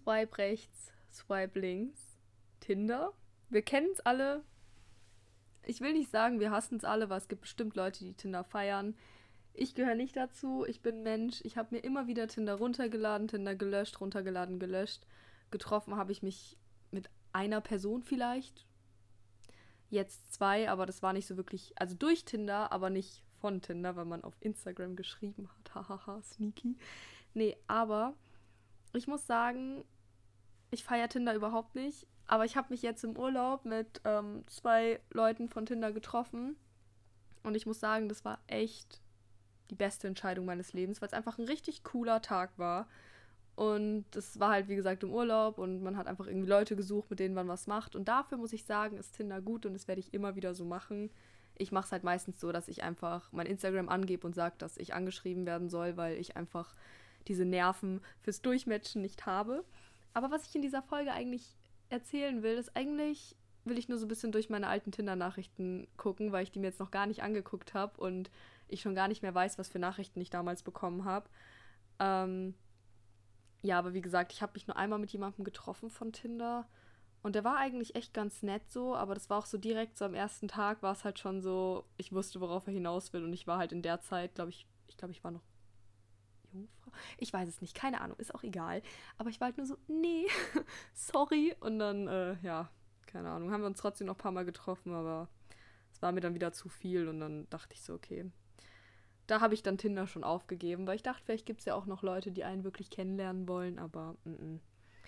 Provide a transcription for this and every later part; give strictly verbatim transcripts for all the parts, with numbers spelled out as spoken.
Swipe rechts, Swipe links. Tinder. Wir kennen es alle. Ich will nicht sagen, wir hassen es alle, weil es gibt bestimmt Leute, die Tinder feiern. Ich gehöre nicht dazu. Ich bin Mensch. Ich habe mir immer wieder Tinder runtergeladen, Tinder gelöscht, runtergeladen, gelöscht. Getroffen habe ich mich mit einer Person vielleicht. Jetzt zwei, aber das war nicht so wirklich, also durch Tinder, aber nicht von Tinder, weil man auf Instagram geschrieben hat. Hahaha, sneaky. Nee, aber ich muss sagen, ich feiere Tinder überhaupt nicht. Aber ich habe mich jetzt im Urlaub mit ähm, zwei Leuten von Tinder getroffen. Und ich muss sagen, das war echt die beste Entscheidung meines Lebens, weil es einfach ein richtig cooler Tag war. Und das war halt, wie gesagt, im Urlaub und man hat einfach irgendwie Leute gesucht, mit denen man was macht. Und dafür muss ich sagen, ist Tinder gut und das werde ich immer wieder so machen. Ich mache es halt meistens so, dass ich einfach mein Instagram angebe und sage, dass ich angeschrieben werden soll, weil ich einfach diese Nerven fürs Durchmatchen nicht habe. Aber was ich in dieser Folge eigentlich erzählen will, ist eigentlich, will ich nur so ein bisschen durch meine alten Tinder-Nachrichten gucken, weil ich die mir jetzt noch gar nicht angeguckt habe und ich schon gar nicht mehr weiß, was für Nachrichten ich damals bekommen habe. Ähm, ja, aber wie gesagt, ich habe mich nur einmal mit jemandem getroffen von Tinder und der war eigentlich echt ganz nett so, aber das war auch so direkt so am ersten Tag war es halt schon so, ich wusste, worauf er hinaus will und ich war halt in der Zeit, glaube ich, ich glaube, ich war noch Jungfrau. Ich weiß es nicht, keine Ahnung, ist auch egal. Aber ich war halt nur so, nee, sorry. Und dann, äh, ja, keine Ahnung, haben wir uns trotzdem noch ein paar Mal getroffen, aber es war mir dann wieder zu viel und dann dachte ich so, okay. Da habe ich dann Tinder schon aufgegeben, weil ich dachte, vielleicht gibt es ja auch noch Leute, die einen wirklich kennenlernen wollen, aber mm-mm.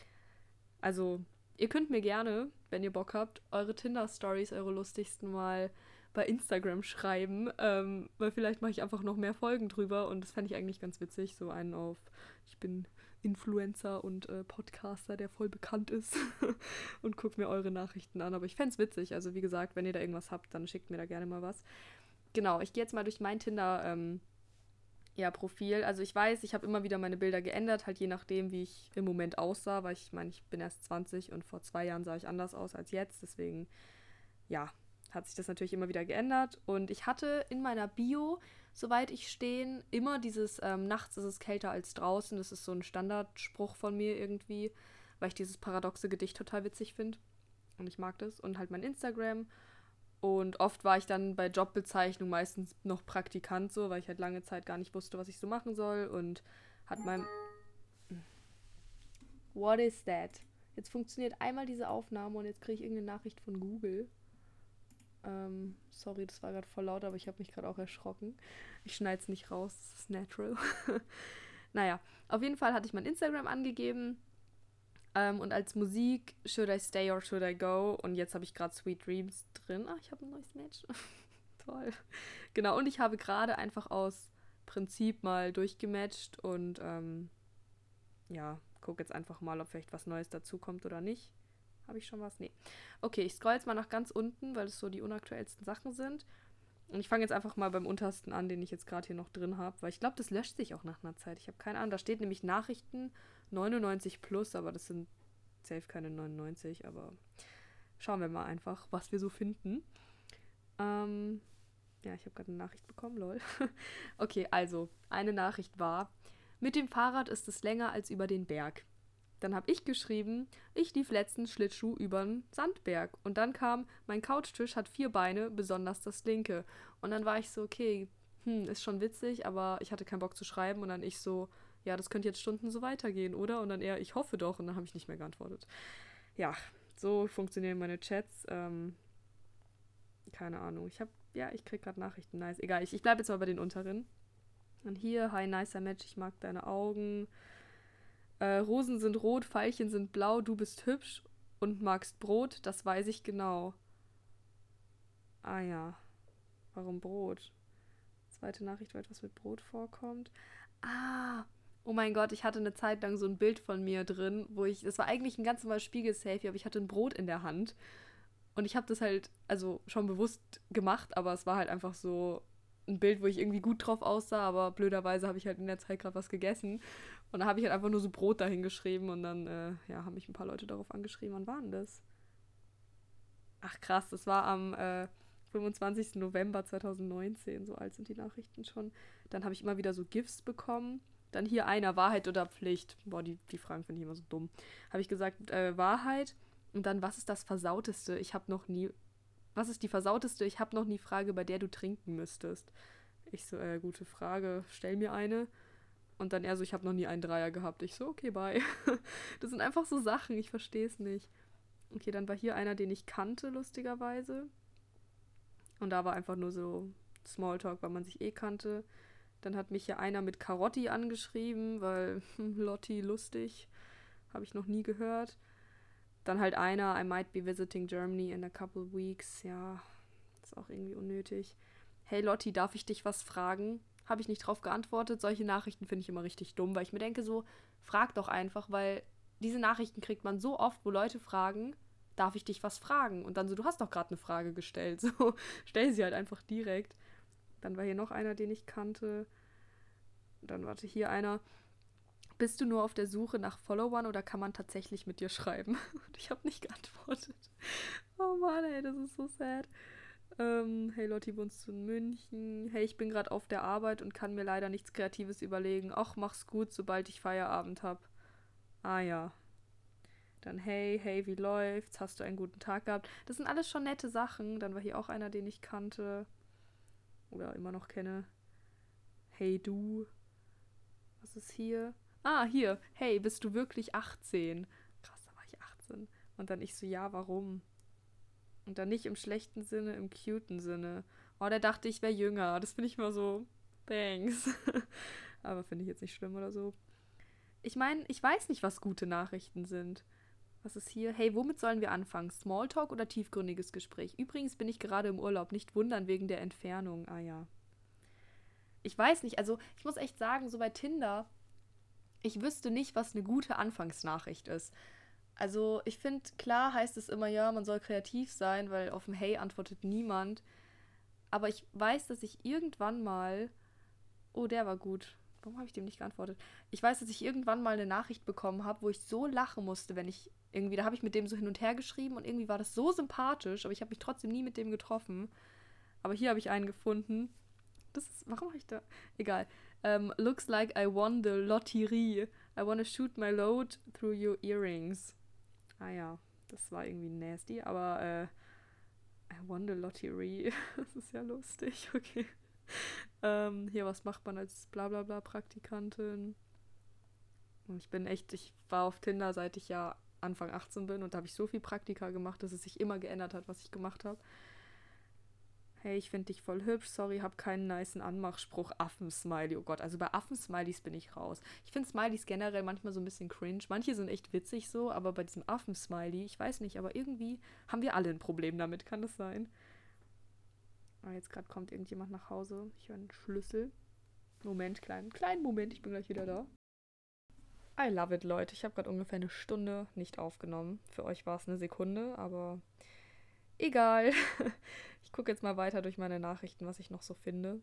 Also, ihr könnt mir gerne, wenn ihr Bock habt, eure Tinder-Stories, eure lustigsten mal bei Instagram schreiben, ähm, weil vielleicht mache ich einfach noch mehr Folgen drüber und das fände ich eigentlich ganz witzig, so einen auf, ich bin Influencer und äh, Podcaster, der voll bekannt ist und guckt mir eure Nachrichten an, aber ich fände es witzig, also wie gesagt, wenn ihr da irgendwas habt, dann schickt mir da gerne mal was. Genau, ich gehe jetzt mal durch mein Tinder, ähm, ja, Profil. Also ich weiß, ich habe immer wieder meine Bilder geändert, halt je nachdem, wie ich im Moment aussah, weil ich meine, ich bin erst zwanzig und vor zwei Jahren sah ich anders aus als jetzt. Deswegen, ja, hat sich das natürlich immer wieder geändert. Und ich hatte in meiner Bio, soweit ich stehen, immer dieses ähm, nachts ist es kälter als draußen. Das ist so ein Standardspruch von mir irgendwie, weil ich dieses paradoxe Gedicht total witzig finde. Und ich mag das. Und halt mein Instagram. Und oft war ich dann bei Jobbezeichnung meistens noch Praktikant so, weil ich halt lange Zeit gar nicht wusste, was ich so machen soll. Und hat mein... What is that? Jetzt funktioniert einmal diese Aufnahme und jetzt kriege ich irgendeine Nachricht von Google. Ähm, sorry, das war gerade voll laut, aber ich habe mich gerade auch erschrocken. Ich schneide es nicht raus, das ist natural. Naja, auf jeden Fall hatte ich mein Instagram angegeben. Ähm, und als Musik Should I Stay or Should I Go? Und jetzt habe ich gerade Sweet Dreams drin. Ah, ich habe ein neues Match. Toll. Genau, und ich habe gerade einfach aus Prinzip mal durchgematcht und ähm, ja, gucke jetzt einfach mal, ob vielleicht was Neues dazukommt oder nicht. Habe ich schon was? Nee. Okay, ich scroll jetzt mal nach ganz unten, weil es so die unaktuellsten Sachen sind. Und ich fange jetzt einfach mal beim untersten an, den ich jetzt gerade hier noch drin habe, weil ich glaube, das löscht sich auch nach einer Zeit. Ich habe keine Ahnung. Da steht nämlich Nachrichten neunundneunzig plus, aber das sind safe keine neunundneunzig, aber schauen wir mal einfach, was wir so finden. Ähm, ja, ich habe gerade eine Nachricht bekommen, lol. Okay, also, eine Nachricht war, mit dem Fahrrad ist es länger als über den Berg. Dann habe ich geschrieben, ich lief letztens Schlittschuh übern Sandberg. Und dann kam, mein Couchtisch hat vier Beine, besonders das linke. Und dann war ich so, okay, hm, ist schon witzig, aber ich hatte keinen Bock zu schreiben. Und dann ich so, ja, das könnte jetzt Stunden so weitergehen, oder? Und dann eher, ich hoffe doch. Und dann habe ich nicht mehr geantwortet. Ja, so funktionieren meine Chats. Ähm, keine Ahnung. Ich habe, ja, ich krieg gerade Nachrichten. Nice. Egal, ich, ich bleibe jetzt mal bei den unteren. Und hier, hi, nicer Match, ich mag deine Augen. Äh, Rosen sind rot, Veilchen sind blau, du bist hübsch und magst Brot, das weiß ich genau. Ah ja, warum Brot? Zweite Nachricht, wo etwas mit Brot vorkommt. Ah, oh mein Gott, ich hatte eine Zeit lang so ein Bild von mir drin, wo ich, das war eigentlich ein ganz normales Spiegel-Selfie, aber ich hatte ein Brot in der Hand. Und ich habe das halt, also schon bewusst gemacht, aber es war halt einfach so ein Bild, wo ich irgendwie gut drauf aussah, aber blöderweise habe ich halt in der Zeit gerade was gegessen. Und da habe ich halt einfach nur so Brot dahin geschrieben und dann, äh, ja, haben mich ein paar Leute darauf angeschrieben. Wann war denn das? Ach krass, das war am äh, fünfundzwanzigsten November zweitausendneunzehn, so alt sind die Nachrichten schon. Dann habe ich immer wieder so GIFs bekommen Dann hier einer, Wahrheit oder Pflicht. Boah, die, die Fragen finde ich immer so dumm. Habe ich gesagt, äh, Wahrheit. Und dann, was ist das Versauteste? Ich habe noch nie... Was ist die versauteste? Ich habe noch nie Frage, bei der du trinken müsstest. Ich so, äh, gute Frage, stell mir eine. Und dann er so, ich habe noch nie einen Dreier gehabt. Ich so, okay, bye. Das sind einfach so Sachen, ich verstehe es nicht. Okay, dann war hier einer, den ich kannte, lustigerweise. Und da war einfach nur so Smalltalk, weil man sich eh kannte. Dann hat mich hier einer mit Karotti angeschrieben, weil hm, Lotti lustig. Habe ich noch nie gehört. Dann halt einer, I might be visiting Germany in a couple weeks. Ja, ist auch irgendwie unnötig. Hey Lotti, darf ich dich was fragen? Habe ich nicht drauf geantwortet. Solche Nachrichten finde ich immer richtig dumm, weil ich mir denke so, frag doch einfach, weil diese Nachrichten kriegt man so oft, wo Leute fragen, darf ich dich was fragen? Und dann so, du hast doch gerade eine Frage gestellt. So, stell sie halt einfach direkt. Dann war hier noch einer, den ich kannte. Dann warte, hier einer. Bist du nur auf der Suche nach Followern oder kann man tatsächlich mit dir schreiben? Und ich habe nicht geantwortet. Oh Mann, ey, das ist so sad. Ähm, hey Lotti, wohnst du in München? Hey, ich bin gerade auf der Arbeit und kann mir leider nichts Kreatives überlegen. Och, mach's gut, sobald ich Feierabend hab. Ah ja. Dann hey, hey, wie läuft's? Hast du einen guten Tag gehabt? Das sind alles schon nette Sachen. Dann war hier auch einer, den ich kannte. Oder immer noch kenne. Hey du. Was ist hier? Ah, hier. Hey, bist du wirklich achtzehn? Krass, da war ich achtzehn. Und dann ich so, ja, warum? Und dann nicht im schlechten Sinne, im cuten Sinne. Oh, der dachte, ich wäre jünger. Das finde ich mal so, thanks. Aber finde ich jetzt nicht schlimm oder so. Ich meine, ich weiß nicht, was gute Nachrichten sind. Was ist hier? Hey, womit sollen wir anfangen? Smalltalk oder tiefgründiges Gespräch? Übrigens bin ich gerade im Urlaub. Nicht wundern wegen der Entfernung. Ah ja. Ich weiß nicht. Also, ich muss echt sagen, so bei Tinder, ich wüsste nicht, was eine gute Anfangsnachricht ist. Also, ich finde, klar heißt es immer, ja, man soll kreativ sein, weil auf dem Hey antwortet niemand. Aber ich weiß, dass ich irgendwann mal. Oh, der war gut. Warum habe ich dem nicht geantwortet? Ich weiß, dass ich irgendwann mal eine Nachricht bekommen habe, wo ich so lachen musste, wenn ich irgendwie. Da habe ich mit dem so hin und her geschrieben und irgendwie war das so sympathisch, aber ich habe mich trotzdem nie mit dem getroffen. Aber hier habe ich einen gefunden. Das ist. Warum habe ich da. Egal. Um, looks like I won the Lotterie. I wanna shoot my load through your earrings. Ah ja, das war irgendwie nasty, aber äh, I won the Lottery. Das ist ja lustig, okay. Ähm, hier, was macht man als Blablabla-Praktikantin? Ich bin echt, ich war auf Tinder, seit ich ja Anfang achtzehn bin und da habe ich so viel Praktika gemacht, dass es sich immer geändert hat, was ich gemacht habe. Hey, ich finde dich voll hübsch, sorry, hab keinen nicen Anmachspruch. Affen-Smiley, oh Gott, also bei Affen-Smileys bin ich raus. Ich finde Smileys generell manchmal so ein bisschen cringe. Manche sind echt witzig so, aber bei diesem Affen-Smiley, ich weiß nicht, aber irgendwie haben wir alle ein Problem damit, kann das sein? Ah, jetzt gerade kommt irgendjemand nach Hause. Ich höre einen Schlüssel. Moment, kleinen, kleinen Moment, ich bin gleich wieder da. I love it, Leute. Ich habe gerade ungefähr eine Stunde nicht aufgenommen. Für euch war es eine Sekunde, aber egal. Ich gucke jetzt mal weiter durch meine Nachrichten, was ich noch so finde.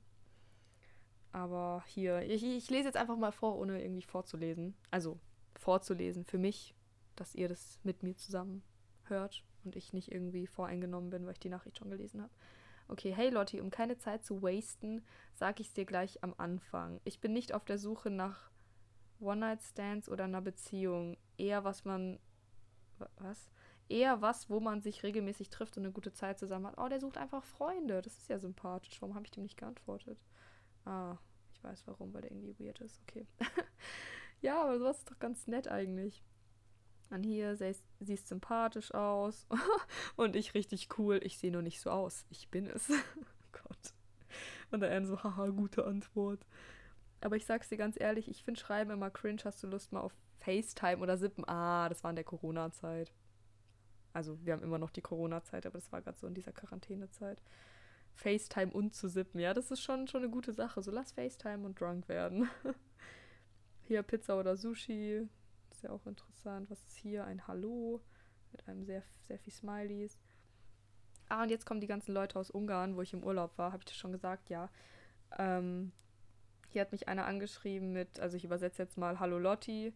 Aber hier, ich, ich lese jetzt einfach mal vor, ohne irgendwie vorzulesen. Also vorzulesen für mich, dass ihr das mit mir zusammen hört und ich nicht irgendwie voreingenommen bin, weil ich die Nachricht schon gelesen habe. Okay, hey Lotti, um keine Zeit zu wasten, sag ich's dir gleich am Anfang. Ich bin nicht auf der Suche nach One-Night-Stands oder einer Beziehung. Eher was man. Was? Eher was, wo man sich regelmäßig trifft und eine gute Zeit zusammen hat. Oh, der sucht einfach Freunde. Das ist ja sympathisch. Warum habe ich dem nicht geantwortet? Ah, ich weiß warum, weil der irgendwie weird ist. Okay. Ja, aber sowas ist doch ganz nett eigentlich. Dann hier, sie siehst sympathisch aus. Und ich richtig cool. Ich sehe nur nicht so aus. Ich bin es. Oh Gott. Und dann so, haha, gute Antwort. Aber ich sag's dir ganz ehrlich, ich finde Schreiben immer cringe. Hast du Lust mal auf FaceTime oder Sippen? Ah, das war in der Corona-Zeit. Also wir haben immer noch die Corona-Zeit, aber das war gerade so in dieser Quarantänezeit. FaceTime und zu sippen, ja, das ist schon, schon eine gute Sache. So lass FaceTime und drunk werden. Hier Pizza oder Sushi, ist ja auch interessant. Was ist hier? Ein Hallo mit einem sehr, sehr viel Smileys. Ah, und jetzt kommen die ganzen Leute aus Ungarn, wo ich im Urlaub war. Habe ich das schon gesagt? Ja. Ähm, hier hat mich einer angeschrieben mit, also ich übersetze jetzt mal Hallo Lotti.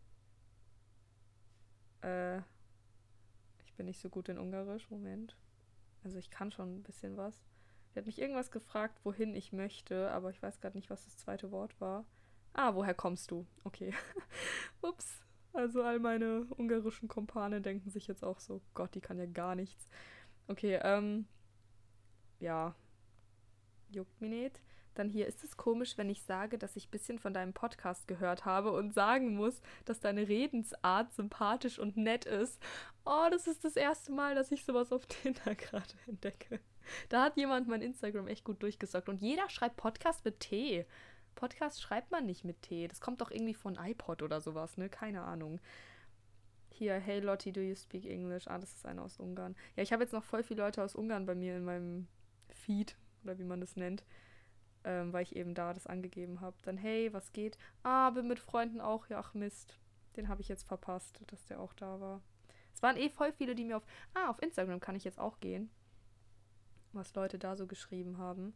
Äh, ich bin nicht so gut in Ungarisch. Moment. Also ich kann schon ein bisschen was. Der hat mich irgendwas gefragt, wohin ich möchte, aber ich weiß gerade nicht, was das zweite Wort war. Ah, woher kommst du? Okay. Ups. Also all meine ungarischen Kumpane denken sich jetzt auch so, Gott, die kann ja gar nichts. Okay, ähm, ja, juckt mich nicht. Dann hier, ist es komisch, wenn ich sage, dass ich ein bisschen von deinem Podcast gehört habe und sagen muss, dass deine Redensart sympathisch und nett ist. Oh, das ist das erste Mal, dass ich sowas auf Tinder gerade entdecke. Da hat jemand mein Instagram echt gut durchgesagt. Und jeder schreibt Podcast mit T. Podcast schreibt man nicht mit T. Das kommt doch irgendwie von iPod oder sowas, ne? Keine Ahnung. Hier, hey Lotti, do you speak English? Ah, das ist einer aus Ungarn. Ja, ich habe jetzt noch voll viele Leute aus Ungarn bei mir in meinem Feed, oder wie man das nennt, ähm, weil ich eben da das angegeben habe. Dann, hey, was geht? Ah, bin mit Freunden auch. Ja, ach Mist. Den habe ich jetzt verpasst, dass der auch da war. Es waren eh voll viele, die mir auf... Ah, auf Instagram kann ich jetzt auch gehen. Was Leute da so geschrieben haben.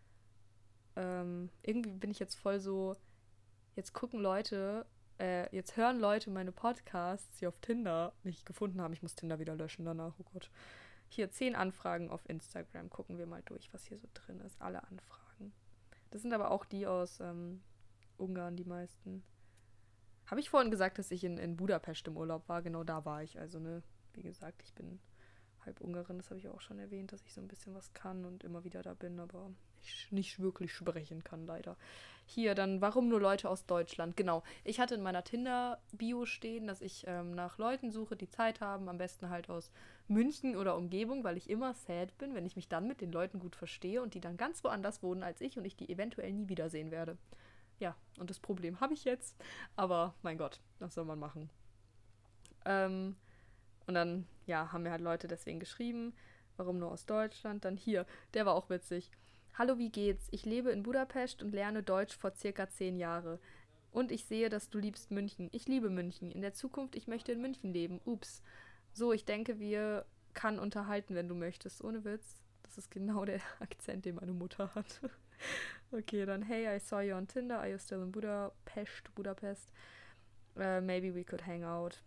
Ähm, irgendwie bin ich jetzt voll so... Jetzt gucken Leute... Äh, jetzt hören Leute meine Podcasts, die auf Tinder mich gefunden haben. Ich muss Tinder wieder löschen danach, oh Gott. Hier, zehn Anfragen auf Instagram. Gucken wir mal durch, was hier so drin ist. Alle Anfragen. Das sind aber auch die aus ähm, Ungarn, die meisten. Habe ich vorhin gesagt, dass ich in, in Budapest im Urlaub war? Genau da war ich. Also, ne, wie gesagt, ich bin halb Ungarin. Das habe ich auch schon erwähnt, dass ich so ein bisschen was kann und immer wieder da bin, aber ich nicht wirklich sprechen kann, leider. Hier, dann, warum nur Leute aus Deutschland? Genau, ich hatte in meiner Tinder-Bio stehen, dass ich ähm, nach Leuten suche, die Zeit haben, am besten halt aus München oder Umgebung, weil ich immer sad bin, wenn ich mich dann mit den Leuten gut verstehe und die dann ganz woanders wohnen als ich und ich die eventuell nie wiedersehen werde. Ja, und das Problem habe ich jetzt, aber mein Gott, was soll man machen? Ähm, und dann, ja, haben mir halt Leute deswegen geschrieben, warum nur aus Deutschland. Dann hier, der war auch witzig. Hallo, wie geht's? Ich lebe in Budapest und lerne Deutsch vor circa zehn Jahren. Und ich sehe, dass du liebst München. Ich liebe München. In der Zukunft, ich möchte in München leben. Ups. So, ich denke, wir kann unterhalten, wenn du möchtest. Ohne Witz. Das ist genau der Akzent, den meine Mutter hat. Okay, dann, hey, I saw you on Tinder. Are you still in Budapest? Budapest. Uh, maybe we could hang out.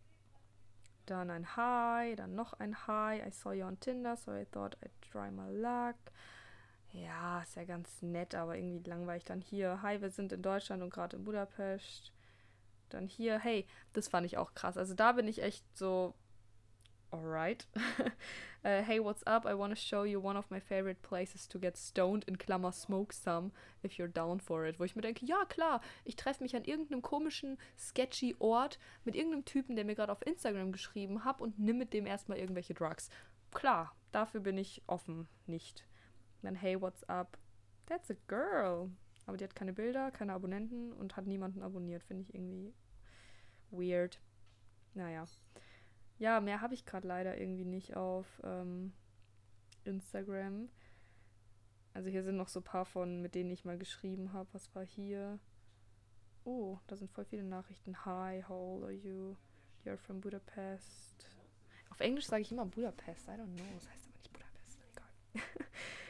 Dann ein Hi, dann noch ein Hi. I saw you on Tinder, so I thought I'd try my luck. Ja, ist ja ganz nett, aber irgendwie langweilig. Dann hier, hi, wir sind in Deutschland und gerade in Budapest. Dann hier, hey, das fand ich auch krass. Also da bin ich echt so, alright. uh, hey, what's up? I want to show you one of my favorite places to get stoned, in Klammer smoke some, if you're down for it. Wo ich mir denke, ja klar, ich treffe mich an irgendeinem komischen, sketchy Ort mit irgendeinem Typen, der mir gerade auf Instagram geschrieben hat und nimm mit dem erstmal irgendwelche Drugs. Klar, dafür bin ich offen, nicht. Dann, hey, what's up? That's a girl. Aber die hat keine Bilder, keine Abonnenten und hat niemanden abonniert. Finde ich irgendwie weird. Naja. Ja, mehr habe ich gerade leider irgendwie nicht auf ähm, Instagram. Also hier sind noch so ein paar von, mit denen ich mal geschrieben habe. Was war hier? Oh, da sind voll viele Nachrichten. Hi, how old are you? You're from Budapest. Auf Englisch sage ich immer Budapest. I don't know. Das heißt aber nicht Budapest. Egal.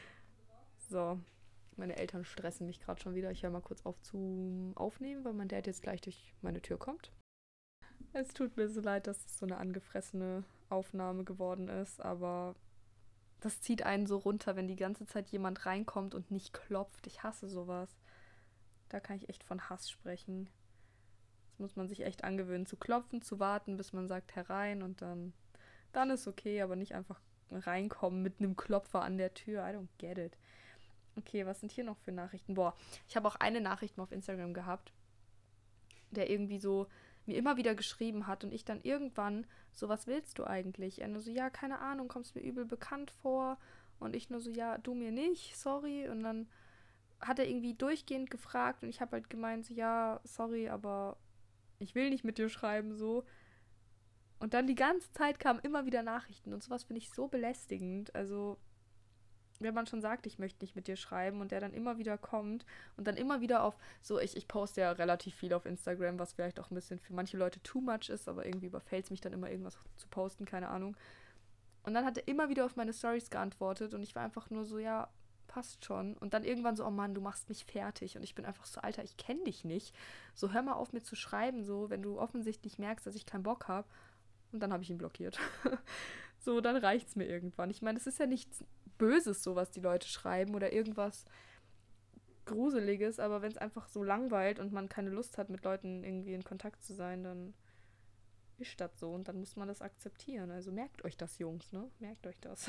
So, meine Eltern stressen mich gerade schon wieder. Ich höre mal kurz auf zu aufnehmen, weil mein Dad jetzt gleich durch meine Tür kommt. Es tut mir so leid, dass es so eine angefressene Aufnahme geworden ist, aber das zieht einen so runter, wenn die ganze Zeit jemand reinkommt und nicht klopft. Ich hasse sowas. Da kann ich echt von Hass sprechen. Das muss man sich echt angewöhnen, zu klopfen, zu warten, bis man sagt herein und dann, dann ist okay, aber nicht einfach reinkommen mit einem Klopfer an der Tür. I don't get it. Okay, was sind hier noch für Nachrichten? Boah, ich habe auch eine Nachricht mal auf Instagram gehabt, der irgendwie so mir immer wieder geschrieben hat und ich dann irgendwann so, was willst du eigentlich? Er nur so, ja, keine Ahnung, kommst mir übel bekannt vor und ich nur so, ja, du mir nicht, sorry. Und dann hat er irgendwie durchgehend gefragt und ich habe halt gemeint, so, ja, sorry, aber ich will nicht mit dir schreiben, so. Und dann die ganze Zeit kamen immer wieder Nachrichten und sowas finde ich so belästigend, also wenn man schon sagt, ich möchte nicht mit dir schreiben und der dann immer wieder kommt und dann immer wieder auf, so ich, ich poste ja relativ viel auf Instagram, was vielleicht auch ein bisschen für manche Leute too much ist, aber irgendwie überfällt es mich dann immer irgendwas zu posten, keine Ahnung. Und dann hat er immer wieder auf meine Stories geantwortet und ich war einfach nur so, ja, passt schon. Und dann irgendwann so, oh Mann, du machst mich fertig und ich bin einfach so, Alter, ich kenne dich nicht. So, hör mal auf mir zu schreiben, so, wenn du offensichtlich merkst, dass ich keinen Bock habe. Und dann habe ich ihn blockiert. So, dann reicht's mir irgendwann. Ich meine, es ist ja nichts Böses, so was die Leute schreiben oder irgendwas, Gruseliges, aber wenn es einfach so langweilt und man keine Lust hat, mit Leuten irgendwie in Kontakt zu sein, dann ist das so und dann muss man das akzeptieren. Also merkt euch das, Jungs, ne? Merkt euch das.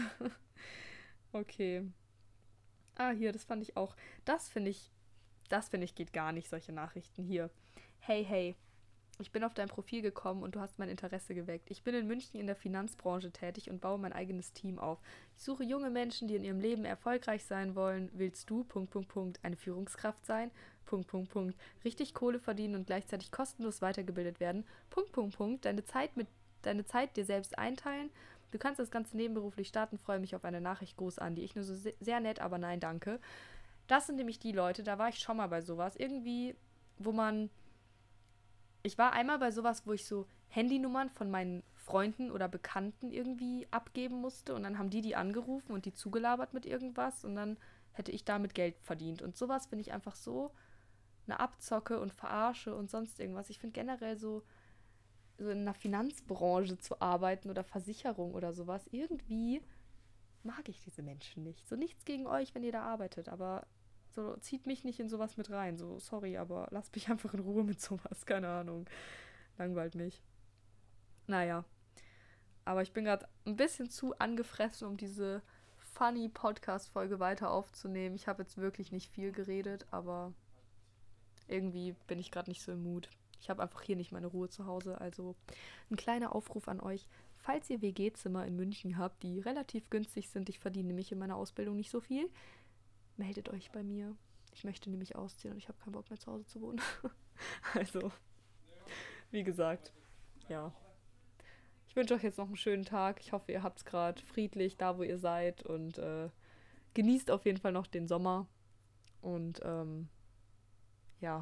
Okay. Ah, hier, das fand ich auch. Das finde ich, das finde ich geht gar nicht, solche Nachrichten hier. Hey, hey, ich bin auf dein Profil gekommen und du hast mein Interesse geweckt. Ich bin in München in der Finanzbranche tätig und baue mein eigenes Team auf. Ich suche junge Menschen, die in ihrem Leben erfolgreich sein wollen. Willst du, Punkt, Punkt, Punkt, eine Führungskraft sein? Punkt, Punkt, Punkt, richtig Kohle verdienen und gleichzeitig kostenlos weitergebildet werden? Punkt, Punkt, Punkt, deine Zeit mit, deine Zeit dir selbst einteilen? Du kannst das Ganze nebenberuflich starten, freue mich auf eine Nachricht, groß an, die ich nur so se- sehr nett, aber nein, danke. Das sind nämlich die Leute, da war ich schon mal bei sowas. Irgendwie, wo man ich war einmal bei sowas, wo ich so Handynummern von meinen Freunden oder Bekannten irgendwie abgeben musste und dann haben die die angerufen und die zugelabert mit irgendwas und dann hätte ich damit Geld verdient. Und sowas finde ich einfach so eine Abzocke und Verarsche und sonst irgendwas. Ich finde generell so, so in einer Finanzbranche zu arbeiten oder Versicherung oder sowas, irgendwie mag ich diese Menschen nicht. So nichts gegen euch, wenn ihr da arbeitet, aber so zieht mich nicht in sowas mit rein. So, sorry, aber lasst mich einfach in Ruhe mit sowas. Keine Ahnung. Langweilt mich. Naja, aber ich bin gerade ein bisschen zu angefressen, um diese funny Podcast-Folge weiter aufzunehmen. Ich habe jetzt wirklich nicht viel geredet, aber irgendwie bin ich gerade nicht so im Mut. Ich habe einfach hier nicht meine Ruhe zu Hause. Also ein kleiner Aufruf an euch. Falls ihr W G-Zimmer in München habt, die relativ günstig sind, ich verdiene nämlich in meiner Ausbildung nicht so viel, meldet euch bei mir. Ich möchte nämlich ausziehen und ich habe keinen Bock mehr zu Hause zu wohnen. Also, wie gesagt, ja. Ich wünsche euch jetzt noch einen schönen Tag. Ich hoffe, ihr habt es gerade friedlich da, wo ihr seid und äh, genießt auf jeden Fall noch den Sommer. Und ähm, ja,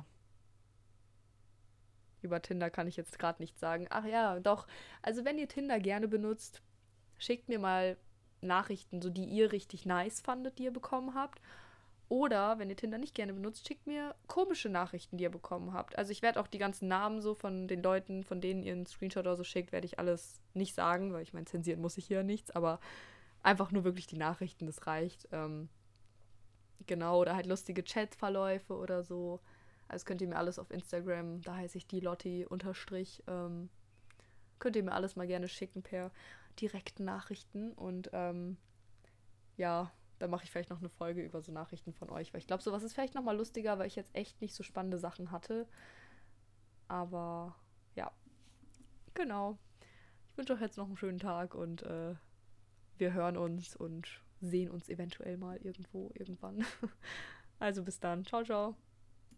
über Tinder kann ich jetzt gerade nichts sagen. Ach ja, doch. Also wenn ihr Tinder gerne benutzt, schickt mir mal Nachrichten, so die ihr richtig nice fandet, die ihr bekommen habt. Oder, wenn ihr Tinder nicht gerne benutzt, schickt mir komische Nachrichten, die ihr bekommen habt. Also ich werde auch die ganzen Namen so von den Leuten, von denen ihr einen Screenshot oder so schickt, werde ich alles nicht sagen, weil ich meine, zensieren muss ich hier nichts, aber einfach nur wirklich die Nachrichten, das reicht. Ähm, genau, oder halt lustige Chatverläufe oder so. Also könnt ihr mir alles auf Instagram, da heiße ich die Lotti unterstrich, ähm, könnt ihr mir alles mal gerne schicken per direkten Nachrichten und ähm, ja, dann mache ich vielleicht noch eine Folge über so Nachrichten von euch, weil ich glaube, sowas ist vielleicht noch mal lustiger, weil ich jetzt echt nicht so spannende Sachen hatte. Aber ja, genau. Ich wünsche euch jetzt noch einen schönen Tag und äh, wir hören uns und sehen uns eventuell mal irgendwo, irgendwann. Also bis dann. Ciao, ciao.